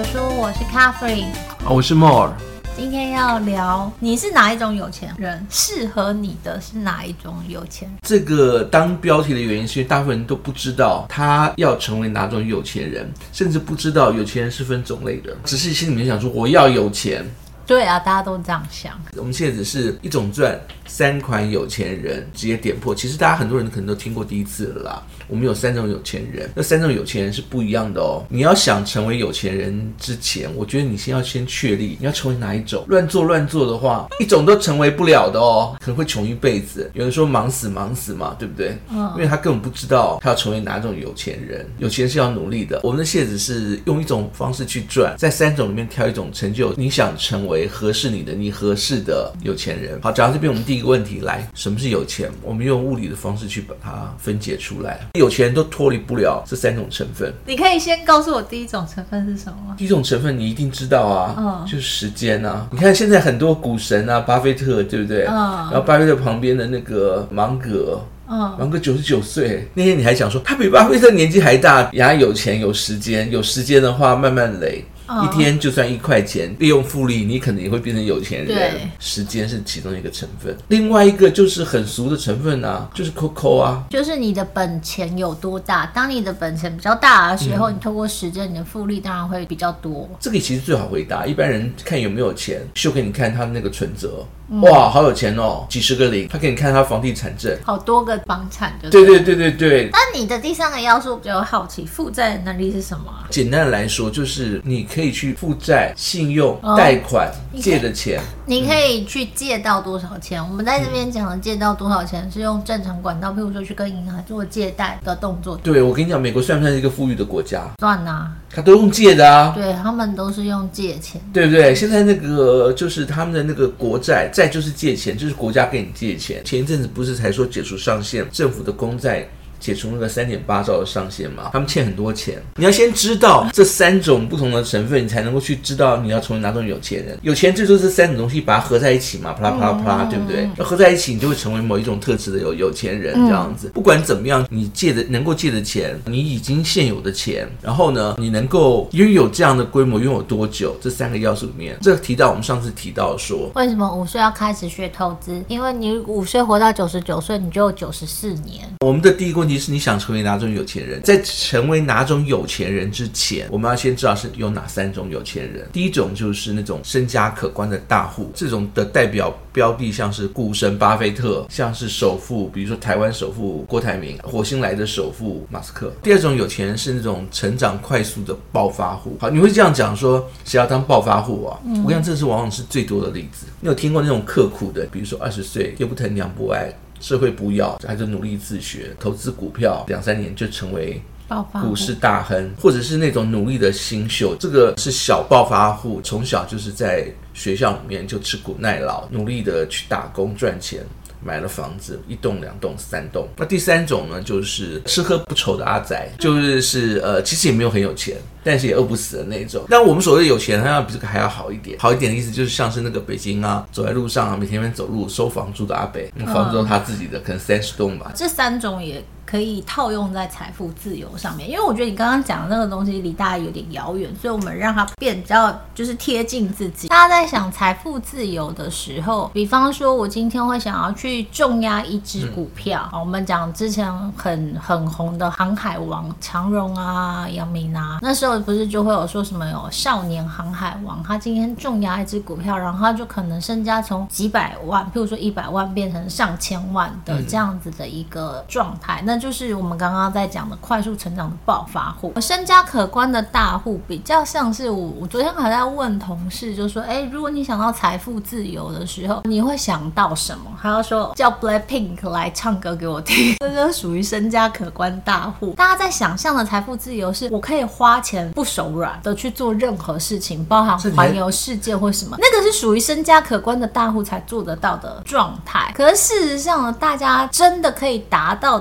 说书，我是 Catherine， 我是 More。 今天要聊你是哪一种有钱人，适合你的是哪一种有钱人。 这个当标题的原因是因为大部分人都不知道他要成为哪种有钱人，甚至不知道有钱人是分种类的，只是心里面想说我要有钱。 对啊，大家都这样想。 我们现在只是一种赚3款有钱人直接点破，其实大家很多人可能都听过第一次了啦。我们有3种有钱人，那3种有钱人是不一样的哦。你要想成为有钱人之前，我觉得你先确立你要成为哪一种。乱做的话，一种都成为不了的哦，可能会穷一辈子。有人说忙死嘛，对不对？因为他根本不知道他要成为哪种有钱人。有钱是要努力的。我们的谢子是用一种方式去赚，在3种里面挑一种成就你想成为合适你的、你合适的有钱人。好，讲到这边，我们第一个问题来，什么是有钱？我们用物理的方式去把它分解出来。有钱人都脱离不了这3种成分。 你可以先告诉我第一种成分是什么？ 第一种成分你一定知道啊，就是时间啊。你看现在很多股神啊，巴菲特对不对？然后巴菲特旁边的那个芒格。芒格99岁，那天你还讲说他比巴菲特年纪还大，然后有钱有时间，有时间的话慢慢累。一天就算1块钱，利用复利，你可能也会变成有钱人。时间是其中一个成分，另外一个就是很俗的成分啊，就是扣扣啊， 就是你的本钱有多大。当你的本钱比较大的时候，你透过时间，你的复利当然会比较多。 这个其实最好回答，一般人看有没有钱，秀给你看他的那个存折。哇，好有钱哦，几十个零，他给你看他房地产证， 好多个房产的。 对。 但你的第3个要素比较好奇，负债的能力是什么？ 简单的来说，就是你可以去负债、信用、贷款、借的钱。 你可以去借到多少钱？我们在这边讲的借到多少钱，是用正常管道，譬如说去跟银行做借贷的动作。 对，我跟你讲，美国算不算是一个富裕的国家？ 算啊。 他都用借的啊。 对，他们都是用借钱， 对不对？现在那个就是他们的那个国债，债就是借钱，就是国家给你借钱。前一阵子不是才说解除上限，政府的公债解除那个3.8兆的上限嘛，他们欠很多钱。你要先知道这3种不同的成分，你才能够去知道你要成为哪种有钱人。有钱就是这3种东西把它合在一起嘛，啪啦啪啦啪啦，对不对？要合在一起，你就会成为某一种特质的有钱人这样子。不管怎么样，你能够借的钱，你已经现有的钱，然后呢，你能够拥有这样的规模，拥有多久？这3个要素里面，这提到我们上次提到说， 为什么5岁要开始学投资？因为你5岁活到99岁，你就有94年。 我们的第一个问题是你想成为哪种有钱人？在成为哪种有钱人之前，我们要先知道是有哪3种有钱人。第一种就是那种身家可观的大户，这种的代表标的像是股神巴菲特，像是首富，比如说台湾首富郭台铭，火星来的首富马斯克。第二种有钱人是那种成长快速的暴发户。好，你会这样讲说谁要当暴发户啊？我跟你讲，这是往往是最多的例子。你有听过那种刻苦的，比如说20岁爹不疼娘不爱，社会不要，还是努力自学，投资股票2-3年就成为股市大亨，或者是那种努力的新秀，这个是小暴发户，从小就是在学校里面就吃苦耐劳，努力的去打工赚钱，买了房子1栋、2栋、3栋。那第3种呢，就是吃喝不愁的阿宅，就是其实也没有很有钱，但是也饿不死的那种。但我们所谓的有钱，它要比这个还要好一点。好一点的意思就是像是那个北京啊，走在路上啊，每天走路收房租的阿伯，房子都他自己的，可能30栋吧。 这3种也可以套用在财富自由上面，因为我觉得你刚刚讲的那个东西离大家有点遥远，所以我们让它变比较就是贴近自己。大家在想财富自由的时候，比方说我今天会想要去重压一只股票，我们讲之前很红的航海王长荣啊、阳明啊，那时候不是就会有说什么有少年航海王，他今天重压一只股票，然后他就可能身家从几百万，譬如说100万变成上千万的这样子的一个状态，那就是我们刚刚在讲的快速成长的暴发户。身家可观的大户比较像是我昨天还在问同事，就说如果你想到财富自由的时候，你会想到什么？他要说叫 Blackpink 来唱歌给我听，这就属于身家可观大户。大家在想象的财富自由是我可以花钱不手软的去做任何事情，包含环游世界或什么，那个是属于身家可观的大户才做得到的状态。可是事实上呢，大家真的可以达到的所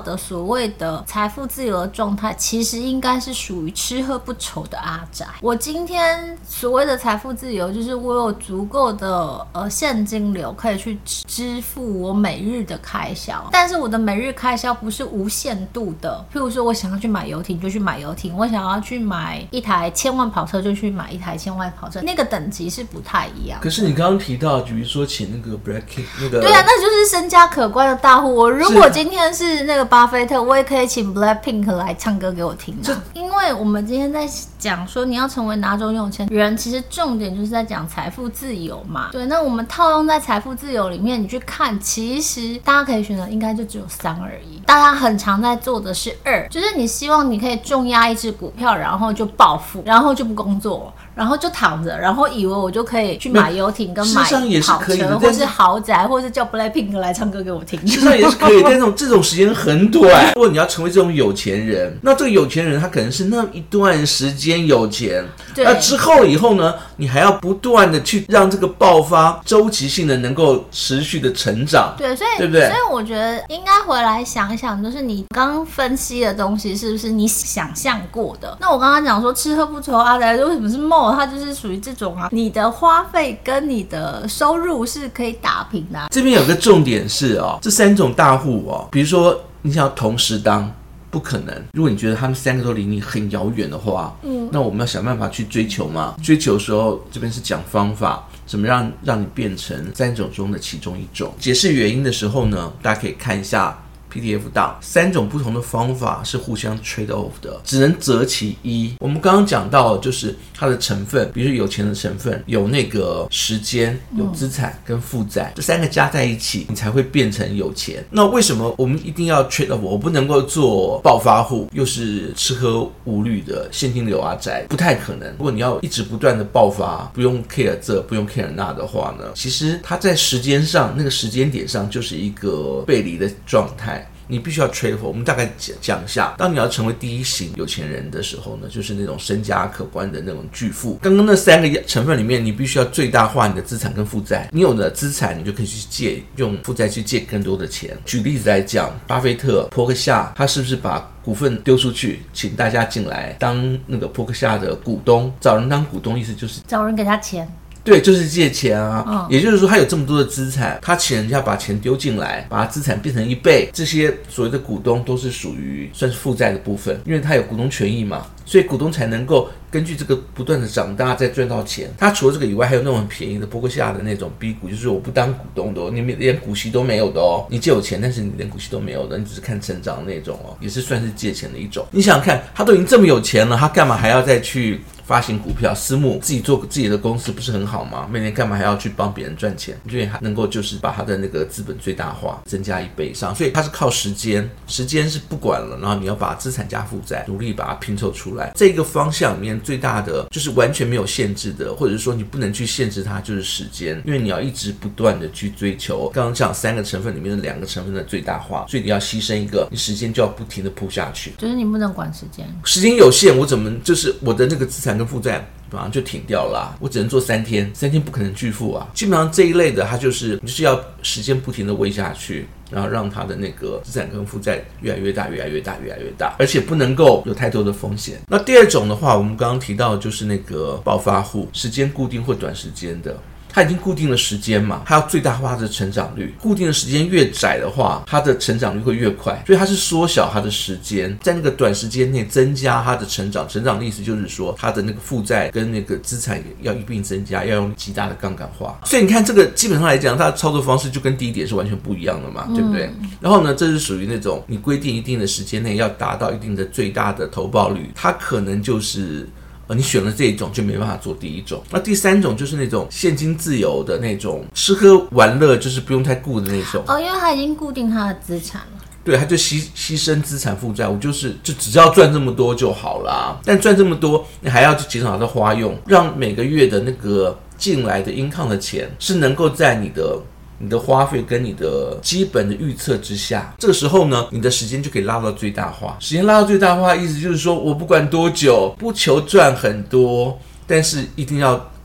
谓的财富自由的状态，其实应该是属于吃喝不愁的阿宅。我今天所谓的财富自由，就是我有足够的现金流可以去支付我每日的开销，但是我的每日开销不是无限度的。譬如说我想要去买游艇就去买游艇，我想要去买一台1000万跑车就去买一台1000万跑车，那个等级是不太一样的。 可是你刚刚提到，比如说请那个 Blackpink 那个， 对啊，那就是身家可观的大户。我如果今天是那个巴菲特，我也可以请 Blackpink 来唱歌给我听啊。因为我们今天在讲说你要成为哪种有钱人，其实重点就是在讲财富自由嘛。对，那我们套用在财富自由里面，你去看，其实大家可以选择应该就只有3而已。大家很常在做的是2，就是你希望你可以重压一只股票，然后就暴富，然后就不工作，然后就躺着，然后以为我就可跑去买游艇跟买跑车，或是豪宅，或是叫 Blackpink 来唱歌给我听。 事实上也是可以，但这种时间很短。如果你要成为这种有钱人，那这个有钱人他可能是那一段时间有钱，那之后以后呢，你还要不断的去让这个爆发周期性的能够持续的成长。 对，所以对不对？ 所以我觉得应该回来想一想，就是你刚刚分析的东西是不是你想象过的？那我刚刚讲说吃喝不愁阿宅为什么是梦，它就是属于这种啊，你的花费跟你的收入是可以打平的。 这边有个重点是这3种大户比如说你想要同时当，不可能。如果你觉得他们3个都离你很遥远的话，那我们要想办法去追求嘛。追求的时候，这边是讲方法，怎么让你变成3种中的其中一种。解释原因的时候呢，大家可以看一下PDF 档，3种不同的方法是互相 trade off 的，只能择其一。我们刚刚讲到就是它的成分，比如说有钱的成分，有那个时间，有资产跟负债，这3个加在一起，你才会变成有钱。那为什么我们一定要 trade off？ 我不能够做暴发户，又是吃喝无虑的现金流阿宅，不太可能。如果你要一直不断的爆发，不用 care 这，不用 care 那的话呢，其实它在时间上，那个时间点上就是一个背离的状态。你必须要 trade off。 我们大概讲一下，当你要成为第一型有钱人的时候呢，就是那种身家可观的那种巨富。刚刚那3个成分里面，你必须要最大化你的资产跟负债。你有了资产，你就可以去借，用负债去借更多的钱。举例子来讲，巴菲特波克夏，他是不是把股份丢出去，请大家进来当那个波克夏的股东？找人当股东，意思就是找人给他钱。 对，就是借钱啊。也就是说他有这么多的资产，他请人家把钱丢进来，把他资产变成1倍，这些所谓的股东都是属于算是负债的部分，因为他有股东权益嘛，所以股东才能够根据这个不断的长大再赚到钱。他除了这个以外，还有那种很便宜的波克夏的那种 B 股，就是我不当股东的你连股息都没有的你借有钱，但是你连股息都没有的，你只是看成长的那种也是算是借钱的一种。你想想看，他都已经这么有钱了，他干嘛还要再去发行股票私募，自己做自己的公司不是很好吗？每年干嘛还要去帮别人赚钱？因为他能够就是把他的那个资本最大化，增加1倍以上。所以他是靠时间是不管了，然后你要把资产加负债努力把它拼凑出来。这个方向里面最大的就是完全没有限制的，或者说你不能去限制它，就是时间，因为你要一直不断的去追求刚刚讲3个成分里面的2个成分的最大化，所以你要牺牲一个，你时间就要不停的铺下去， 就是你不能管时间， 时间有限，我怎么就是我的那个资产跟负债马上就停掉了我只能做3天，3天不可能巨富啊。基本上这一类的，它就是你就是要时间不停的喂下去，然后让它的那个资产跟负债越来越大，越来越大，越来越大，而且不能够有太多的风险。那第2种的话，我们刚刚提到的就是那个暴发户，时间固定或短时间的。它已经固定了时间嘛，它要最大化的成长率。固定的时间越窄的话，它的成长率会越快，所以它是缩小它的时间，在那个短时间内增加它的成长。成长的意思就是说，它的那个负债跟那个资产要一并增加，要用极大的杠杆化。所以你看，这个基本上来讲，它的操作方式就跟第一点是完全不一样的嘛，对不对？然后呢，这是属于那种你规定一定的时间内要达到一定的最大的投报率，它可能就是你选了这一种就没办法做第1种。那第3种就是那种现金自由的那种，吃喝玩乐就是不用太顾的那种因为他已经固定他的资产了。 对，他就牺牲资产负债，我就只要赚这么多就好啦。但赚这么多，你还要去减少它的花用，让每个月的那个进来的 income 的钱是能够在你的花费跟你的基本的预测之下，这个时候呢，你的时间就可以拉到最大化。时间拉到最大化，意思就是说我不管多久，不求赚很多，但是一定要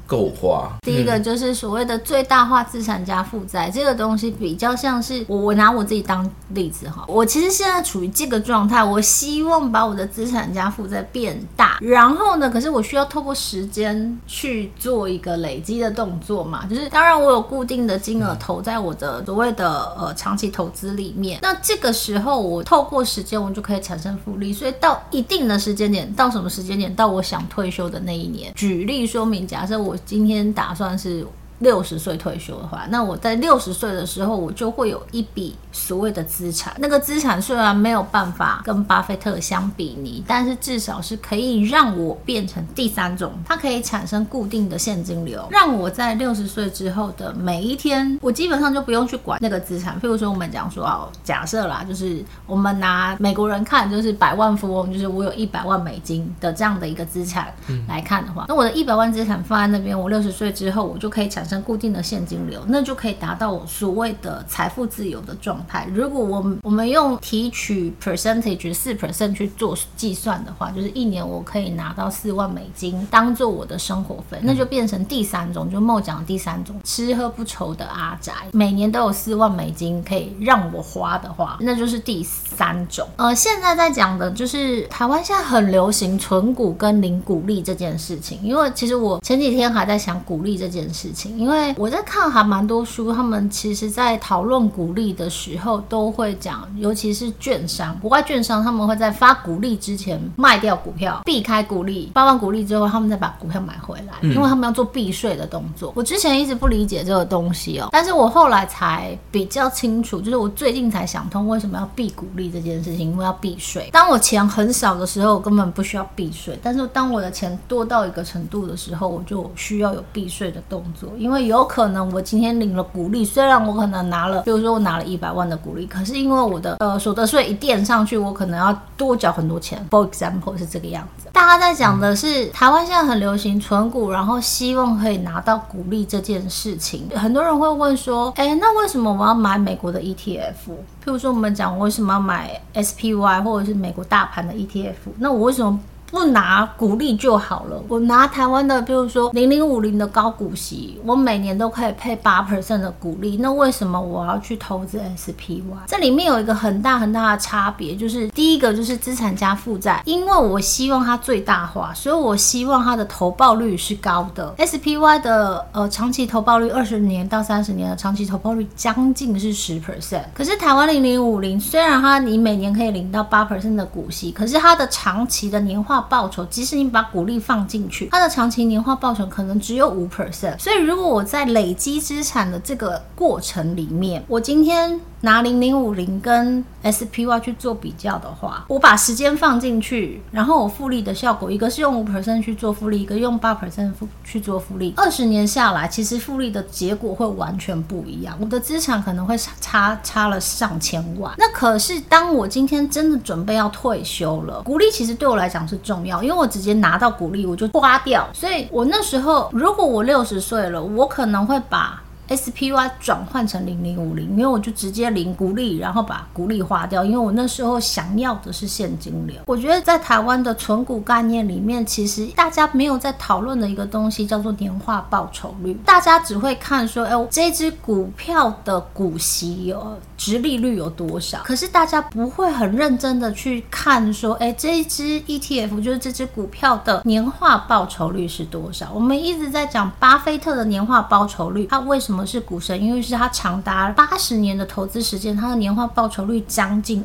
够花。 第一个就是所谓的最大化资产加负债，这个东西比较像是我拿我自己当例子哈，我其实现在处于这个状态，我希望把我的资产加负债变大，然后呢，可是我需要透过时间去做一个累积的动作嘛，就是当然我有固定的金额投在我的所谓的长期投资里面，那这个时候我透过时间我就可以产生复利，所以到一定的时间点，到什么时间点？到我想退休的那一年。举例说明，假设我今天打算是60岁退休的话，那我在60岁的时候，我就会有一笔所谓的资产。那个资产虽然没有办法跟巴菲特相比拟，但是至少是可以让我变成第三种，它可以产生固定的现金流，让我在60岁之后的每一天，我基本上就不用去管那个资产。譬如说我们讲说假设啦，就是我们拿美国人看，就是百万富翁，就是我有100万美金的这样的一个资产来看的话，那我的100万资产放在那边，我60岁之后，我就可以产生固定的现金流，那就可以达到我所谓的财富自由的状态。如果我们用提取 percentage 4% 去做计算的话，就是一年我可以拿到4万美金当做我的生活费，那就变成第三种，就Mo讲的第三种，吃喝不愁的阿宅，每年都有4万美金可以让我花的话，那就是第三种。现在在讲的就是台湾现在很流行存股跟领股利这件事情，因为其实我前几天还在想股利这件事情，因为我在看还蛮多书，他们其实在讨论股利的时候都会讲，尤其是券商，国外券商他们会在发股利之前卖掉股票，避开股利，发完股利之后他们再把股票买回来，因为他们要做避税的动作。我之前一直不理解这个东西但是我后来才比较清楚，就是我最近才想通为什么要避股利这件事情，因为要避税。当我钱很少的时候，我根本不需要避税，但是当我的钱多到一个程度的时候，我就需要有避税的动作，因为有可能我今天领了股利，虽然我可能拿了，比如说我拿了100万的股利，可是因为我的所得税一垫上去，我可能要多缴很多钱。For example 是这个样子。大家在讲的是台湾现在很流行存股，然后希望可以拿到股利这件事情。很多人会问说，那为什么我要买美国的 ETF？ 譬如说我们讲为什么要买 SPY 或者是美国大盘的 ETF， 那我为什么不拿股利就好了？我拿台湾的比如说0050的高股息，我每年都可以配 8% 的股利，那为什么我要去投资 SPY？ 这里面有一个很大很大的差别，就是第一个就是资产加负债，因为我希望它最大化，所以我希望它的投报率是高的。 SPY 的长期投报率20年到30年的长期投报率将近是 10%， 可是台湾0050虽然你每年可以领到 8% 的股息，可是它的长期的年化报酬，即使你把股利放进去，它的长期年化报酬可能只有 5%。 所以如果我在累积资产的这个过程里面，我今天拿0050跟 SPY 去做比较的话，我把时间放进去，然后我复利的效果，一个是用 5% 去做复利，一个用 8% 去做复利，20年下来其实复利的结果会完全不一样，我的资产可能会差了上千万。那可是当我今天真的准备要退休了，股利其实对我来讲是重要，因为我直接拿到股利我就花掉，所以我那时候如果我60岁了，我可能会把SPY 转换成0050，因为我就直接领股利，然后把股利花掉，因为我那时候想要的是现金流。我觉得在台湾的存股概念里面，其实大家没有在讨论的一个东西叫做年化报酬率，大家只会看说这只股票的股息殖利率有多少，可是大家不会很认真的去看说这一只 ETF 就是这只股票的年化报酬率是多少。我们一直在讲巴菲特的年化报酬率，他为什么是股神？因为是他长达80年的投资时间，他的年化报酬率将近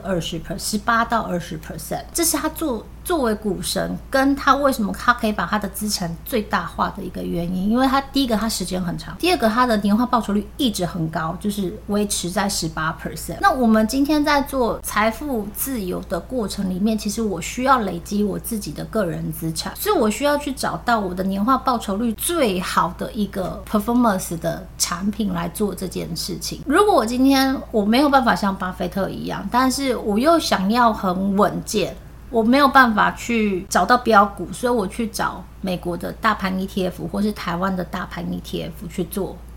18到20%， 这是他作为股神跟他为什么他可以把他的资产最大化的一个原因。因为他第一个他时间很长，第二个他的年化报酬率一直很高，就是维持在 18%。 那我们今天在做财富自由的过程里面，其实我需要累积我自己的个人资产，所以我需要去找到我的年化报酬率最好的一个 performance 的产品来做这件事情。如果我今天我没有办法像巴菲特一样，但是我又想要很稳健，我没有办法去找到标股，所以我去找美国的大盘 ETF 或是台湾的大盘 ETF 去做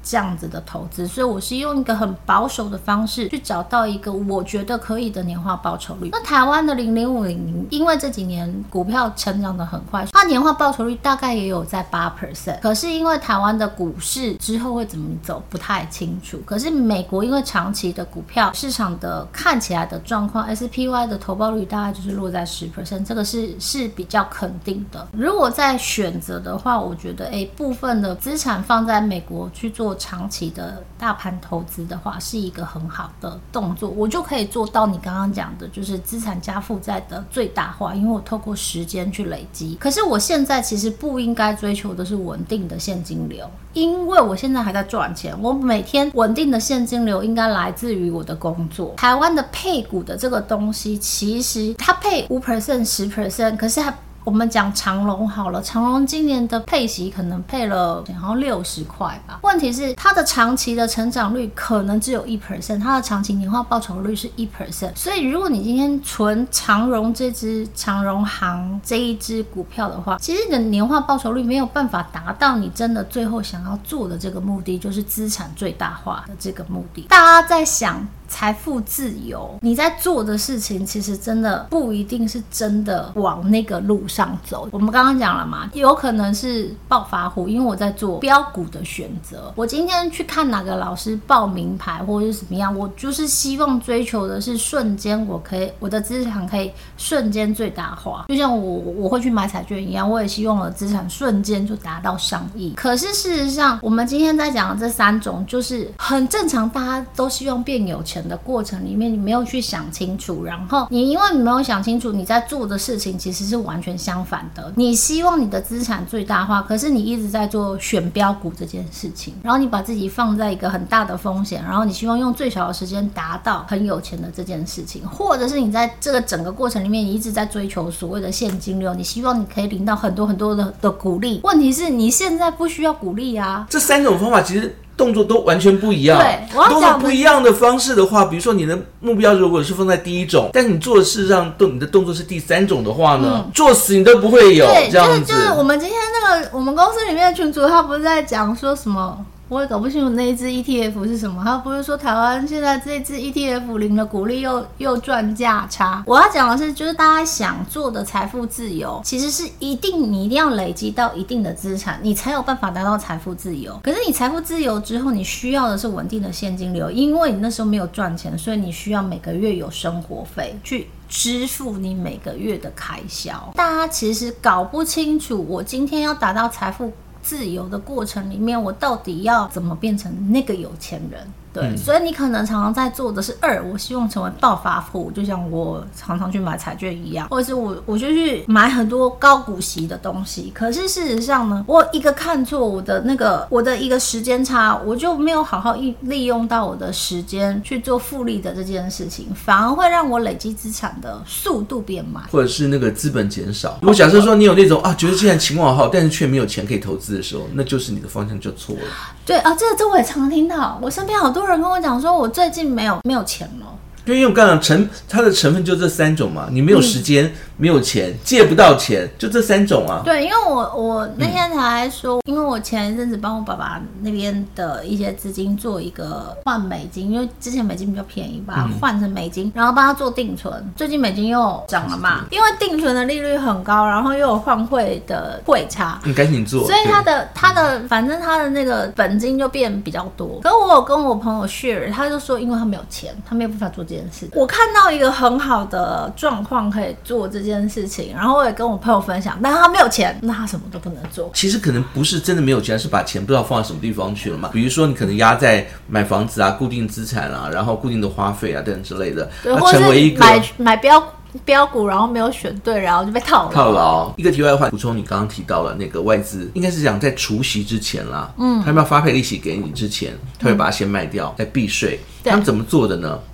这样子的投资，所以我是用一个很保守的方式去找到一个我觉得可以的年化报酬率。那台湾的0050因为这几年股票成长得很快，它年化报酬率大概也有在8%，可是因为台湾的股市之后会怎么走不太清楚。可是美国因为长期的股票市场的看起来的状况 SPY 的投报率大概就是落在10%，这个是比较肯定的。如果在选择的话，我觉得部分的资产放在美国去做长期的大盘投资的话，是一个很好的动作，我就可以做到你刚刚讲的，就是资产加负债的最大化，因为我透过时间去累积。可是我现在其实不应该追求的是稳定的现金流，因为我现在还在赚钱，我每天稳定的现金流应该来自于我的工作。台湾的配股的这个东西，其实它配5% 10%，可是我们讲长荣好了，长荣今年的配息可能配了好像60块吧。问题是它的长期的成长率可能只有 1%， 它的长期年化报酬率是 1%。所以如果你今天纯长荣长荣航这一支股票的话，其实你的年化报酬率没有办法达到你真的最后想要做的这个目的，就是资产最大化的这个目的。大家在想财富自由，你在做的事情其实真的不一定是真的往那个路上走。我们刚刚讲了嘛，有可能是暴发户，因为我在做标股的选择。我今天去看哪个老师报名牌或者是怎么样，我就是希望追求的是瞬间我的资产可以瞬间最大化。就像我会去买彩券一样，我也希望我的资产瞬间就达到上亿。可是事实上，我们今天在讲的这3种就是很正常，大家都希望变有钱的过程里面，你没有去想清楚，然后因为你没有想清楚，你在做的事情其实是完全相反的。你希望你的资产最大化，可是你一直在做选标股这件事情，然后你把自己放在一个很大的风险，然后你希望用最小的时间达到很有钱的这件事情，或者是你在这个整个过程里面，你一直在追求所谓的现金流，你希望你可以领到很多很多的股利。问题是你现在不需要股利啊。 这3种方法其实动作都完全不一样。 对，我要讲动作不一样的方式的话，比如说你的目标如果是放在第一种，但是你做的事实上你的动作是第3种的话呢，做死你都不会有这样子。 就是我们今天那个我们公司里面的群组，他不是在讲说什么？我也搞不清楚那一支 ETF 是什么，他不是说台湾现在这支 ETF 领了股利又赚价差。我要讲的是，就是大家想做的财富自由，其实是你一定要累积到一定的资产，你才有办法达到财富自由。可是你财富自由之后，你需要的是稳定的现金流，因为你那时候没有赚钱，所以你需要每个月有生活费去支付你每个月的开销。大家其实搞不清楚，我今天要达到财富自由的过程里面，我到底要怎么变成那个有钱人？对，所以你可能常常在做的是我希望成为暴发户，就像我常常去买彩券一样，或者是我就去买很多高股息的东西。可是事实上呢，我一个看错我的一个时间差，我就没有好好利用到我的时间去做复利的这件事情，反而会让我累积资产的速度变慢， 或者是那个资本减少。如果假设说你有那种觉得现在情况好，但是却没有钱可以投资的时候，那就是你的方向就错了。 对啊，这我也常听到，我身边好多人跟我讲说，我最近没有钱了。 因为我刚刚它的成分就这3种嘛，你没有时间，没有钱，借不到钱，就这3种啊。 对，因为我那天才说，因为我前一阵子帮我爸爸那边的一些资金做一个换美金，因为之前美金比较便宜，把它换成美金，然后帮他做定存。最近美金又涨了嘛，因为定存的利率很高，然后又有换汇的汇差， 你赶紧做。 所以他的反正他的那个本金就变比较多。可是我有跟我朋友 share， 他就说，因为他没有钱，他没有办法做这件事。我看到一个很好的状况可以做这件事情，然后我也跟我朋友分享，但是他没有钱，那他什么都不能做。 其实可能不是真的没有钱，是把钱不知道放在什么地方去了嘛。比如说你可能压在买房子啊、固定资产啊，然后固定的花费啊等之类的， 对，或者是买标股，然后没有选对，然后就被套牢。一个题外话，补充你刚刚提到了那个外资，应该是讲在除息之前啦，他们要发配利息给你之前，他会把它先卖掉，再避税。他们怎么做的呢？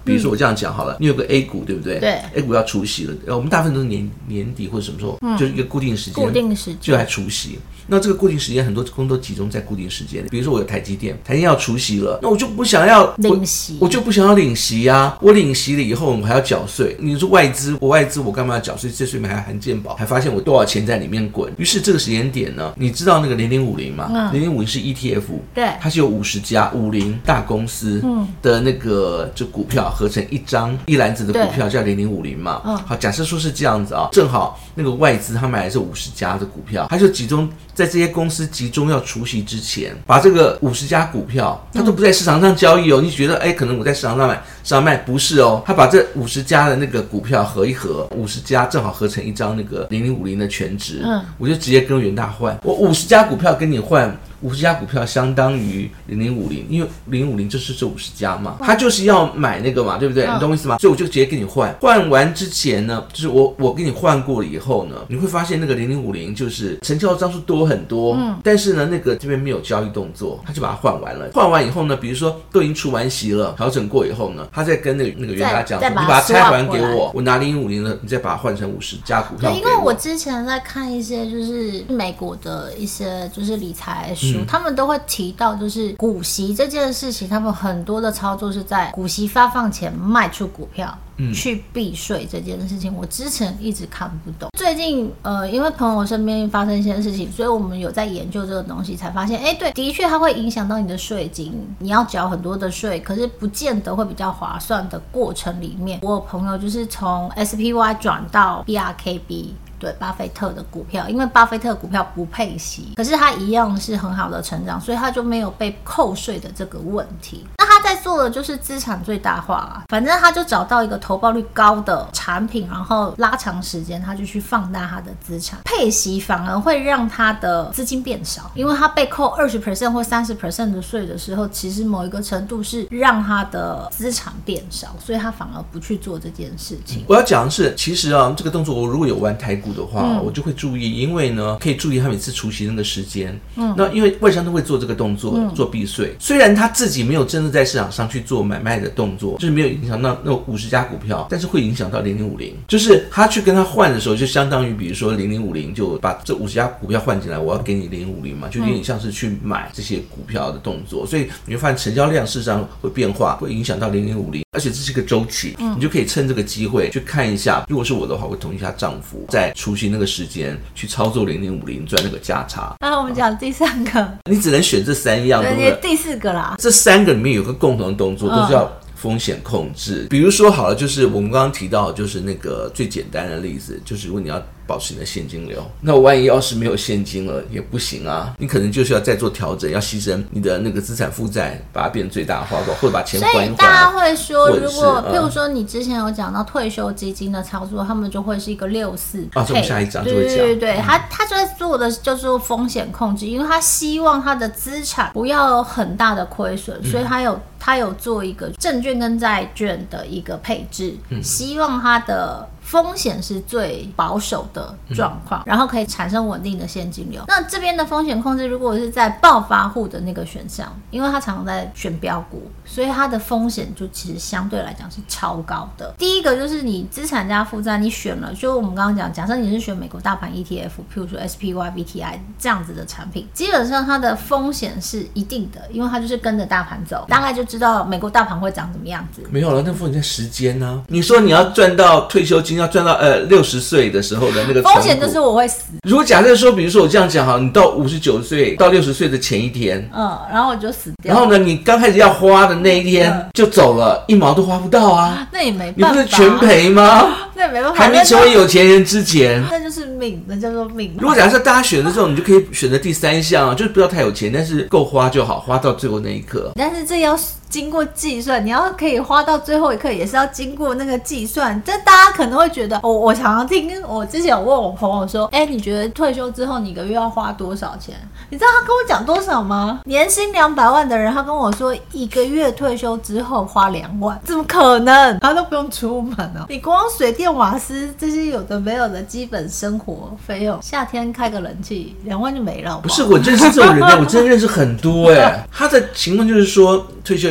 比如说我这样讲好了，你有个 A 股对不对？ 对 ，A 股要除息了，我们大部分都是年底或者什么时候，就是一个固定时间，就来除息。那这个固定时间很多工作集中在固定时间，比如说我有台积电要除息了，那我就不想要领息， 我就不想要领息啊！我领息了以后，我还要缴税。你说外资，我干嘛要缴税？这税里面还含健保，还发现我多少钱在里面滚。于是这个时间点呢，你知道那个0050吗？0050是 ETF， 对， 它是有50家50大公司的那个就股票合成一篮子的股票叫0050嘛。好，假设说是这样子啊，正好那个外资他买的是50家的股票，他就集中在这些公司集中要除息之前，把这个50家股票，它都不在市场上交易哦。你觉得可能我在市场上买，市场卖不是哦，他把这50家的那个股票合一合，50家正好合成一张那个0050的全值，我就直接跟元大换，我50家股票跟你换。50家股票相当于0050，因为0050就是这50家嘛，他就是要买那个嘛，对不对？你懂我意思吗？所以我就直接跟你换。换完之前呢，就是我跟你换过了以后呢，你会发现那个0050就是成交张数多很多，但是呢，那个这边没有交易动作，他就把它换完了。换完以后呢，比如说都已经除完息了，调整过以后呢，他再跟那个元大讲说，你把它拆还给我，我拿0050呢，你再把它换成50家股票给我。 因为我之前在看一些就是美国的一些就是理财书。他们都会提到，就是股息这件事情，他们很多的操作是在股息发放前卖出股票，去避税这件事情，我之前一直看不懂。最近因为朋友身边发生一些事情，所以我们有在研究这个东西，才发现，对，的确它会影响到你的税金，你要缴很多的税，可是不见得会比较划算的过程里面，我有朋友就是从 SPY 转到 BRKB。对，巴菲特的股票，因为巴菲特的股票不配息，可是他一样是很好的成长，所以他就没有被扣税的这个问题。那他在做的就是资产最大化啊，反正他就找到一个投报率高的产品，然后拉长时间，他就去放大他的资产，配息反而会让他的资金变少，因为他被扣20% 或30% 的税的时候，其实某一个程度是让他的资产变少，所以他反而不去做这件事情。 我要讲的是，其实这个动作我如果有玩台股的话，我就会注意，因为呢可以注意他每次除息那个时间。那因为外商都会做这个动作，做避税。虽然他自己没有真的在市场上去做买卖的动作，就是没有影响到那50家股票，但是会影响到0050。就是他去跟他换的时候，就相当于比如说0050就把这50家股票换进来，我要给你0050嘛，就有点像是去买这些股票的动作。所以你会发现成交量事实上会变化，会影响到0050，而且这是一个周期，你就可以趁这个机会去看一下。如果是我的话，我会统计一下涨幅，在除息那个时间去操作0050赚那个价差。 那我们讲第三个， 你只能选这3样，对不对？ 第4个啦。 这3个里面有个共同的动作，都是要风险控制。比如说好了，就是我们刚刚提到，就是那个最简单的例子，就是如果你要保持你的现金流，那万一要是没有现金了也不行啊，你可能就是要再做调整，要牺牲你的那个资产负债，把它变成最大化，或者把钱还一还。 所以大家会说，如果譬如说你之前有讲到退休基金的操作，他们就会是一个64配。 这我们下一章就会讲。 对，他就在做的就是风险控制，因为他希望他的资产不要有很大的亏损，所以他有做一个证券跟债券的一个配置，希望他的风险是最保守的状况，然后可以产生稳定的现金流。那这边的风险控制，如果是在暴发户的那个选项，因为他常常在选标股，所以他的风险就其实相对来讲是超高的。第一个就是你资产加负债，你选了，就我们刚刚讲，假设你是选美国大盘 ETF， 譬如说 SPY、VTI 这样子的产品，基本上它的风险是一定的，因为它就是跟着大盘走，大概就知道美国大盘会长什么样子。 没有了，那风险在时间啊。你说你要赚到退休金，要赚到60岁的时候的那个风险就是我会死。 如果假设说，比如说我这样讲哈，你到59岁到60岁的前一天， 然后我就死掉。 然后呢，你刚开始要花的那一天就走了，1毛都花不到啊， 那也没办法， 你不是全赔吗？ 那也没办法， 还没成为有钱人之前， 那就是命，那叫做命。 如果假设大家选的这种，你就可以选择第3项，就是不要太有钱，但是够花就好，花到最后那一刻。 但是这要经过计算，你要可以花到最后一刻，也是要经过那个计算。这大家可能会觉得，我常常听，我之前有问我朋友说，你觉得退休之后你一个月要花多少钱？你知道他跟我讲多少吗？年薪200万的人，他跟我说一个月退休之后花2万，怎么可能？他都不用出门哦，你光水电瓦斯这些有的没有的基本生活费用，夏天开个冷气2万就没了。 不是，我认识这种人，我真的认识很多他的情况就是说，退休以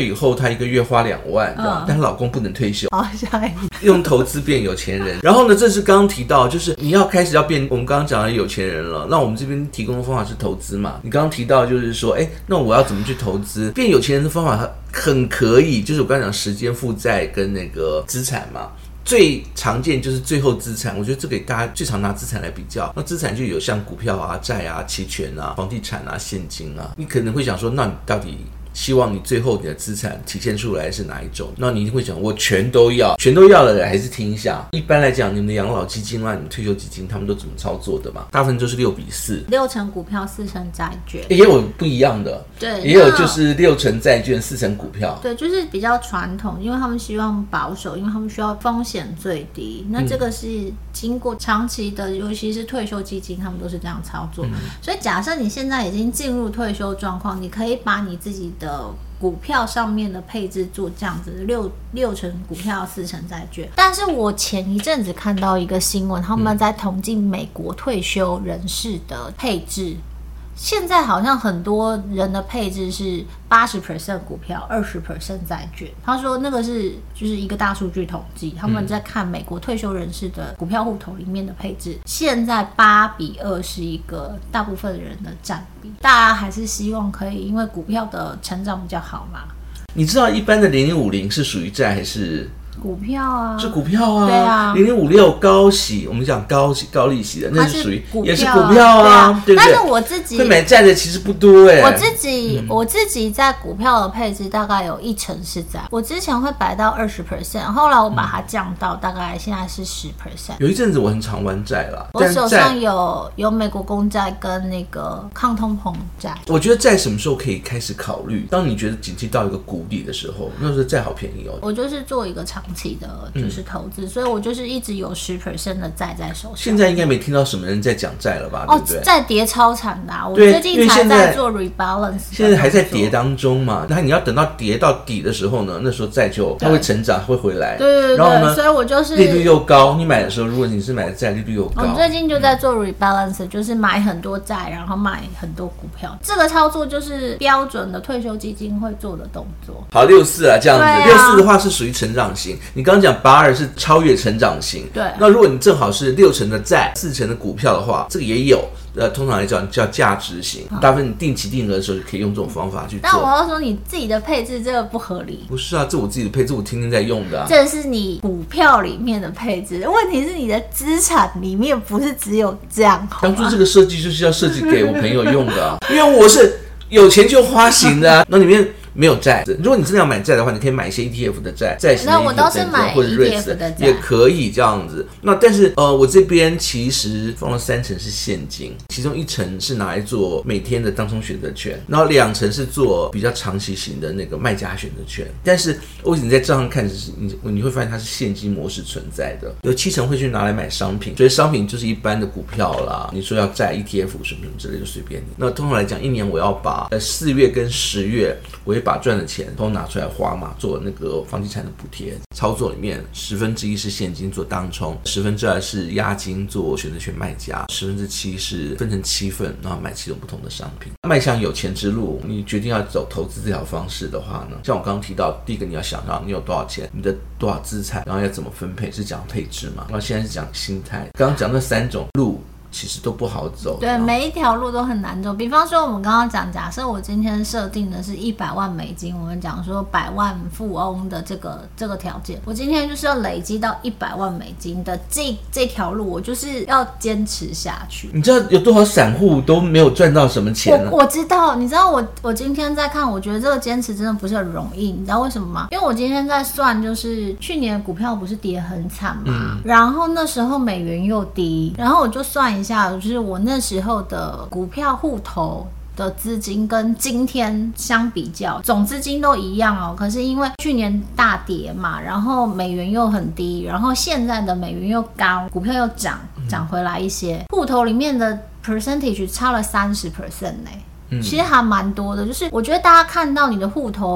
以后她一个月花2万，但她老公不能退休， 好下一用投资变有钱人。然后呢，这是刚刚提到，就是你要开始要变，我们刚刚讲的有钱人了。那我们这边提供的方法是投资嘛？你刚刚提到就是说，那我要怎么去投资？变有钱人的方法很可以，就是我刚刚讲时间负债跟那个资产嘛。最常见就是最后资产，我觉得这个大家最常拿资产来比较。那资产就有像股票啊、债啊、期权啊、房地产啊、现金啊。你可能会想说，那你到底希望你最后你的资产体现出来是哪一种？那你一定会讲，我全都要的人还是听一下。一般来讲，你们的养老基金啦、你们退休基金，他们都怎么操作的嘛？大部分都是6:4， 6成股票4成债券， 也有不一样的， 对， 也有就是6成债券4成股票， 对，就是比较传统，因为他们希望保守，因为他们需要风险最低。那这个是经过长期的，尤其是退休基金，他们都是这样操作。所以假设你现在已经进入退休状况，你可以把你自己的股票上面的配置做这样子六成股票4成债券。但是我前一阵子看到一个新闻，他们在统计美国退休人士的配置，现在好像很多人的配置是80% 股票，20% 债券。他说那个是就是一个大数据统计，他们在看美国退休人士的股票户头里面的配置，现在8:2是一个大部分人的占比。大家还是希望可以，因为股票的成长比较好嘛。 你知道一般的0050是属于债还是？ 股票啊， 是股票啊， 对啊 0056高息，我们讲高利息的，那是属于也是股票啊，对不对？ 但是我自己会买债的其实不多我自己在股票的配置大概有1成是债，我之前会摆到20%，后来我把它降到大概现在是10%。 有一阵子我很常玩债啦， 我手上有美国公债跟那个抗通膨债。 我觉得债什么时候可以开始考虑？当你觉得经济到一个谷底的时候，那时候债好便宜哦。 我就是做一个长期的就是投资，所以我就是一直有10% 的债在手上。 现在应该没听到什么人在讲债了吧？对不对？ 债跌超惨的我最近才在做 rebalance， 现在还在跌当中嘛。那你要等到跌到底的时候呢，那时候债就它会成长，会回来。 对， 然后呢， 所以我就是利率又高。你买的时候，如果你是买的债，利率又高。 我最近就在做 rebalance，就是买很多债，然后买很多股票。这个操作就是标准的退休基金会做的动作。 好，64啊，这样子。64的话是属于成长型。你刚刚讲82是超越成长型。 对。 那如果你正好是6成的债，4成的股票的话，这个也有。通常来讲叫价值型，大部分你定期定额的时候就可以用这种方法去做。 但我要说你自己的配置这个不合理。 不是啊，这我自己的配置，我天天在用的啊。 这是你股票里面的配置，问题是你的资产里面不是只有这样。 当初这个设计就是要设计给我朋友用的啊，因为我是有钱就花型的啊，那里面没有债。如果你真的要买债的话，你可以买一些 ETF 的债，债型的 ETF 的债或者 REITs 的也可以这样子。那但是我这边其实放了3成是现金，其中1成是拿来做每天的当冲选择权，然后2成是做比较长期型的那个卖家选择权。但是我你在账上看，你会发现它是现金模式存在的，有7成会去拿来买商品，所以商品就是一般的股票啦。你说要债 ETF 什么什么之类就随便你。那通常来讲，一年我要把4月跟10月我会把赚的钱都拿出来花嘛，做那个房地产的补贴。操作里面1/10是现金做当冲，2/10是押金做选择权卖家，7%是分成7份，然后买7种不同的商品。迈向有钱之路，你决定要走投资这条方式的话呢，像我刚刚提到，第一个你要想到你有多少钱，你的多少资产，然后要怎么分配，是讲配置嘛。然后现在是讲心态，刚刚讲那3种路其实都不好走， 对，每一条路都很难走。比方说我们刚刚讲，假设我今天设定的是100万美金，我们讲说100万富翁的这个条件，我今天就是要累积到100万美金的这条路，我就是要坚持下去。 你知道有多少散户都没有赚到什么钱呢？ 我知道，你知道我今天在看，我觉得这个坚持真的不是很容易，你知道为什么吗？因为我今天在算，就是去年股票不是跌很惨嘛，然后那时候美元又低，然后我就算一下，就是我那时候的股票户头的资金跟今天相比较，总资金都一样哦。可是因为去年大跌嘛，然后美元又很低，然后现在的美元又高，股票又涨回来一些，户头里面的 percentage 差了30% 呢。其实还蛮多的，就是我觉得大家看到你的户头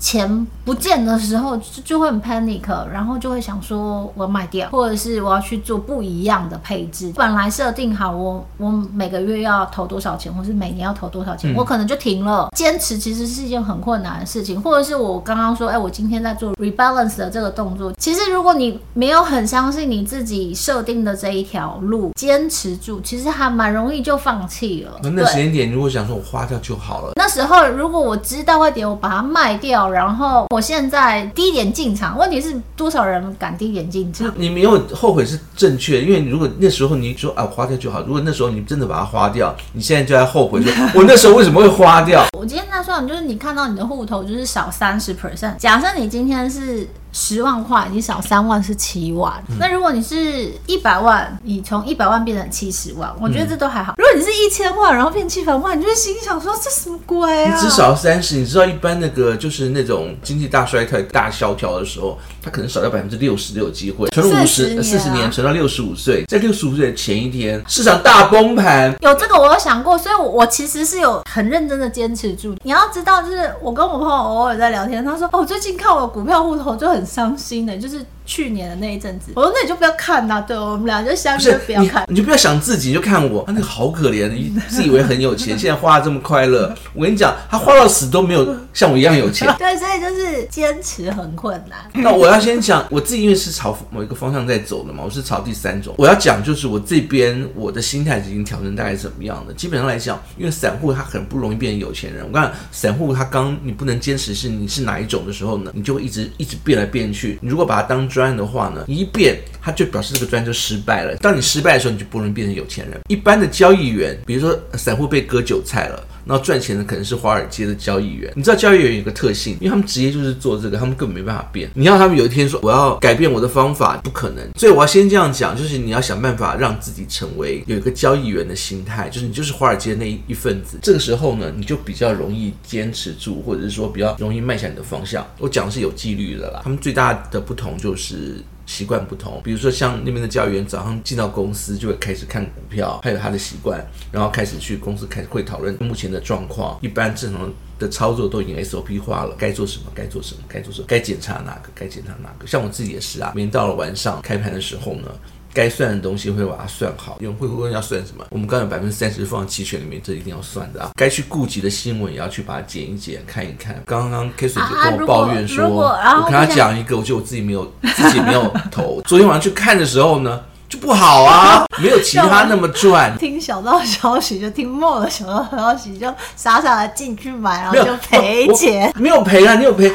钱不见的时候就会很 panic， 然后就会想说我要卖掉，或者是我要去做不一样的配置。本来设定好我每个月要投多少钱，或是每年要投多少钱，我可能就停了。坚持其实是一件很困难的事情，或者是我刚刚说，我今天在做 rebalance 的这个动作，其实如果你没有很相信你自己设定的这一条路，坚持住，其实还蛮容易就放弃了。 那时间点如果想说我花掉就好了， 那时候如果我知道一点，我把它卖掉，然后我现在低点进场，问题是多少人敢低点进场？ 你没有后悔是正确的，因为如果那时候你说我花掉就好，如果那时候你真的把它花掉，你现在就在后悔说我那时候为什么会花掉？ 我今天在算，就是你看到你的户头就是少30%，假设你今天是10万块，你少3万是7万。那如果你是100万，你从100万变成70万，我觉得这都还好。如果你是1000万，然后变700万，你就会心想说这什么鬼啊？ 你只少30，你知道一般那个就是那种经济大衰退、大萧条的时候，它可能少掉60%都有机会。存了40年，存到65岁，在65岁的前一天，市场大崩盘。 有这个我有想过，所以我其实是有很认真的坚持住。你要知道，就是我跟我朋友偶尔在聊天，他说我最近看我的股票户头就很伤心的，就是去年的那一阵子。我说那你就不要看啊，对，我们俩就相约不要看。 你就不要想自己，你就看我，那个好可怜，你自以为很有钱，现在花得这么快乐。我跟你讲，他花到死都没有像我一样有钱。 对，所以就是坚持很困难。 那我要先讲我自己，因为是朝某一个方向在走的嘛，我是朝第3种。我要讲就是我这边我的心态已经调整大概怎么样的。基本上来讲，因为散户他很不容易变成有钱人。我看散户他你不能坚持你是哪一种的时候呢，你就会一直变来变去。你如果把它当专案的话呢，你一变，它就表示这个专案就失败了。当你失败的时候，你就不容易变成有钱人。一般的交易员，比如说散户被割韭菜了，然后赚钱的可能是华尔街的交易员。你知道交易员有个特性，因为他们职业就是做这个，他们根本没办法变。你要他们有一天说我要改变我的方法，不可能。所以我要先这样讲，就是你要想办法让自己成为有一个交易员的心态，就是你就是华尔街那一份子。这个时候呢，你就比较容易坚持住，或者是说比较容易迈向你的方向。我讲的是有纪律的啦，他们最大的不同就是习惯不同。比如说像那边的交易员早上进到公司就会开始看股票，还有他的习惯，然后开始去公司会讨论目前的状况。一般正常的操作都已经 SOP 化了，该做什么该做什么该做什么，该检查哪个该检查哪个。像我自己也是啊，每天到了晚上开盘的时候呢，该算的东西会把它算好。有人会问要算什么，我们刚有30%放在期权里面，这一定要算的啊。该去顾及的新闻也要去把它剪一剪看一看。刚刚 K 水姐跟我抱怨说，我跟她讲一个，我觉得我自己没有投。昨天晚上去看的时候呢，就不好啊，没有其他那么赚。 听小道消息，就听莫的小道消息，就傻傻的进去买，然后就赔钱。 没有赔啊，你有赔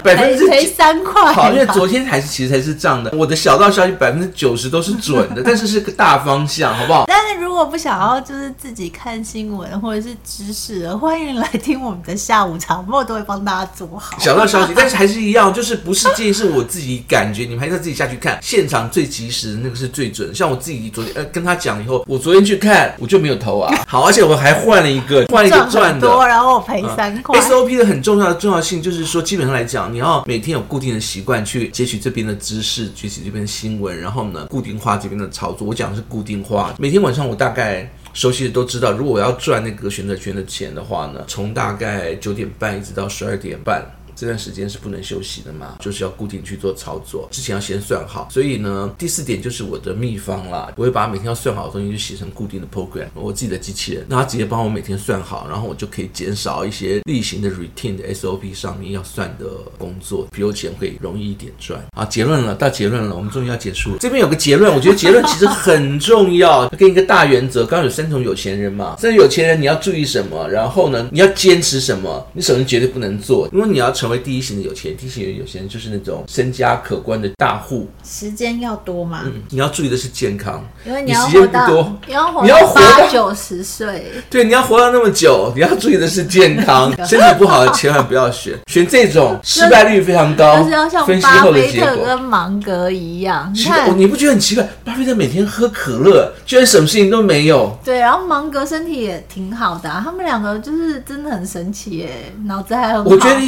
3块。 好，因为昨天其实才是涨的。我的小道消息90%都是准的，但是是个大方向，好不好？ 但是如果不想要就是自己看新闻或者是知识的，欢迎来听我们的下午茶，莫都会帮大家做好小道消息。但是还是一样，就是不是建议是我自己感觉，你们还是要自己下去看，现场最及时的那个是最准。像我自己昨天跟他讲以后，我昨天去看我就没有投啊。好，而且我还换了一个赚的， 然后我赔3块。 SOP 的很重要性就是说，基本上来讲，你要每天有固定的习惯去截取这边的知识，截取这边的新闻，然后呢固定化这边的操作。我讲的是固定化，每天晚上我大概熟悉的都知道，如果我要赚那个选择权的钱的话呢，从大概9点半一直到12点半。这段时间是不能休息的嘛，就是要固定去做操作，之前要先算好。所以呢，第4点就是我的秘方啦，我会把每天要算好的东西就写成固定的 program， 我自己的机器人，让它直接帮我每天算好，然后我就可以减少一些例行的 routine 的 SOP 上面要算的工作，比如钱会容易一点赚。好，到结论了，我们终于要结束了。这边有个结论，我觉得结论其实很重要，跟一个大原则。刚刚有3种有钱人嘛，3种有钱人你要注意什么，然后呢你要坚持什么，你首先绝对不能做，因为你要成为第一型的有钱人。第一型的有钱人就是那种身家可观的大户， 时间要多嘛。 你要注意的是健康， 因为你要时间不多， 你要活到80-90岁。 对，你要活到那么久，你要注意的是健康。身体不好的千万不要选这种失败率非常高。 就是要像巴菲特跟芒格一样。 你不觉得很奇怪？巴菲特每天喝可乐，居然什么事情都没有。 对，然后芒格身体也挺好的啊，他们两个就是真的很神奇耶，脑子还很好。 我觉得一定是心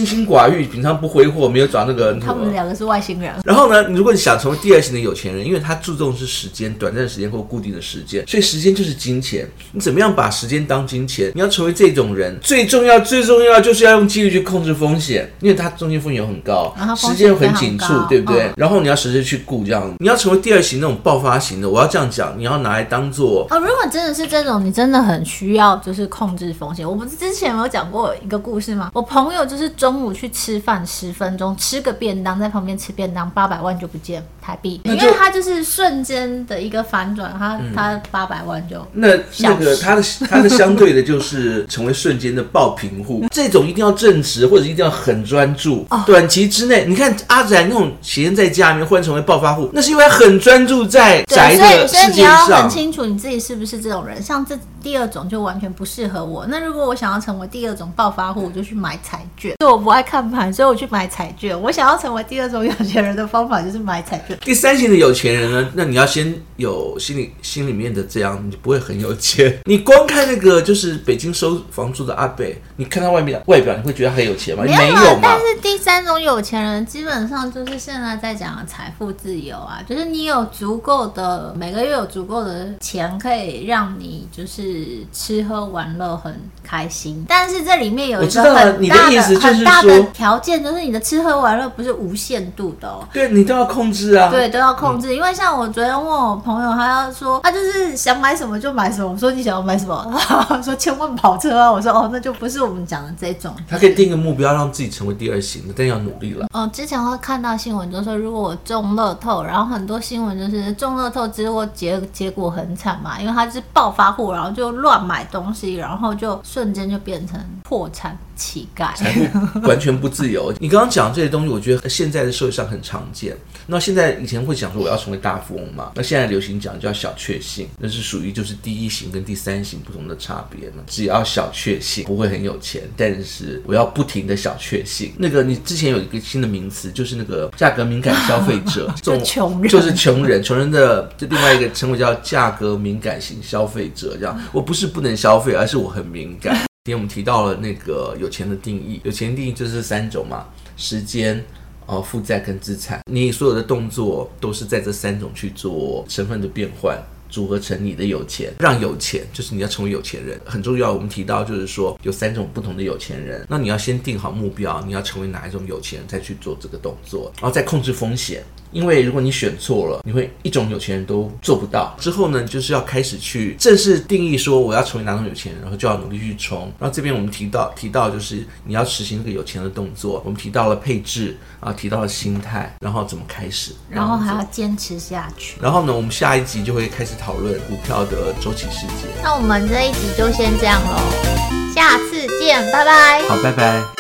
心寡欲，平常不挥霍，没有找那个。 他们2个是外星人。 然后呢，如果你想成为第2型的有钱人，因为他注重是时间，短暂的时间或固定的时间，所以时间就是金钱。你怎么样把时间当金钱？你要成为这种人，最重要就是要用纪律去控制风险，因为它中间风险又很高，时间又很紧促，对不对？然后你要时时去顾这样。你要成为第2型那种爆发型的，我要这样讲，你要拿来当做如果真的是这种，你真的很需要就是控制风险。我不是之前有讲过一个故事吗？我朋友就是中午去吃饭10分钟，吃个便当，在旁边吃便当，800万就不见台币，因为他就是瞬间的一个反转，他800万就那个他的相对的就是成为瞬间的爆贫户，这种一定要正直或者一定要很专注，短期之内，你看阿宅那种闲人在家里面忽然成为暴发户，那是因为很专注在宅的世界上。 所以你要很清楚你自己是不是这种人，像这第2种就完全不适合我。那如果我想要成为第2种暴发户，我就去买彩券。就我不爱看盘，所以我去买彩券。我想要成为第2种有钱人的方法就是买彩券。 第3型的有钱人呢，那你要先有心里面的这样，你不会很有钱。你光看那个就是北京收房租的阿伯，你看他外表，你会觉得他很有钱吗？没有嘛。 但是第3种有钱人基本上就是现在在讲的财富自由啊，就是你有足够的每个月有足够的钱可以让你就是吃喝玩乐很开心，但是这里面有一个很大的条件，就是你的吃喝玩乐不是无限度的哦。 对，你都要控制啊。 对，都要控制。因为像我昨天问我朋友，他要说他就是想买什么就买什么。我说你想要买什么？他说千万跑车啊。我说那就不是我们讲的这种。 他可以定个目标，让自己成为第2型的，但要努力了。 之前会看到新闻就说，如果我中乐透，然后很多新闻就是中乐透之后结果很惨嘛，因为他是暴发户，然后就乱买东西，然后就瞬间就变成破产乞丐， 财富完全不自由。你刚刚讲这些东西，我觉得现在的社会上很常见。那现在以前会讲说我要成为大富翁嘛，那现在流行讲叫小确幸，那是属于就是第1型跟第3型不同的差别呢。只要小确幸，不会很有钱，但是我要不停的小确幸。那个你之前有一个新的名词，就是那个价格敏感消费者，这种穷人就是穷人的另外一个称谓叫价格敏感型消费者。这样，我不是不能消费，而是我很敏感。今天我们提到了那个有钱的定义，有钱的定义就是3种嘛，时间、负债跟资产。你所有的动作都是在这3种去做成分的变换，组合成你的有钱。让有钱就是你要成为有钱人很重要。我们提到就是说有3种不同的有钱人，那你要先定好目标，你要成为哪一种有钱人再去做这个动作，然后再控制风险。因为如果你选错了，你会一种有钱人都做不到。之后呢，就是要开始去正式定义说我要成为哪种有钱人，然后就要努力去冲。然后这边我们提到就是你要实行这个有钱的动作。我们提到了配置啊，提到了心态，然后怎么开始， 然后还要坚持下去。 然后呢，我们下一集就会开始讨论股票的周期世界。 那我们这一集就先这样咯，下次见，拜拜。 好，拜拜。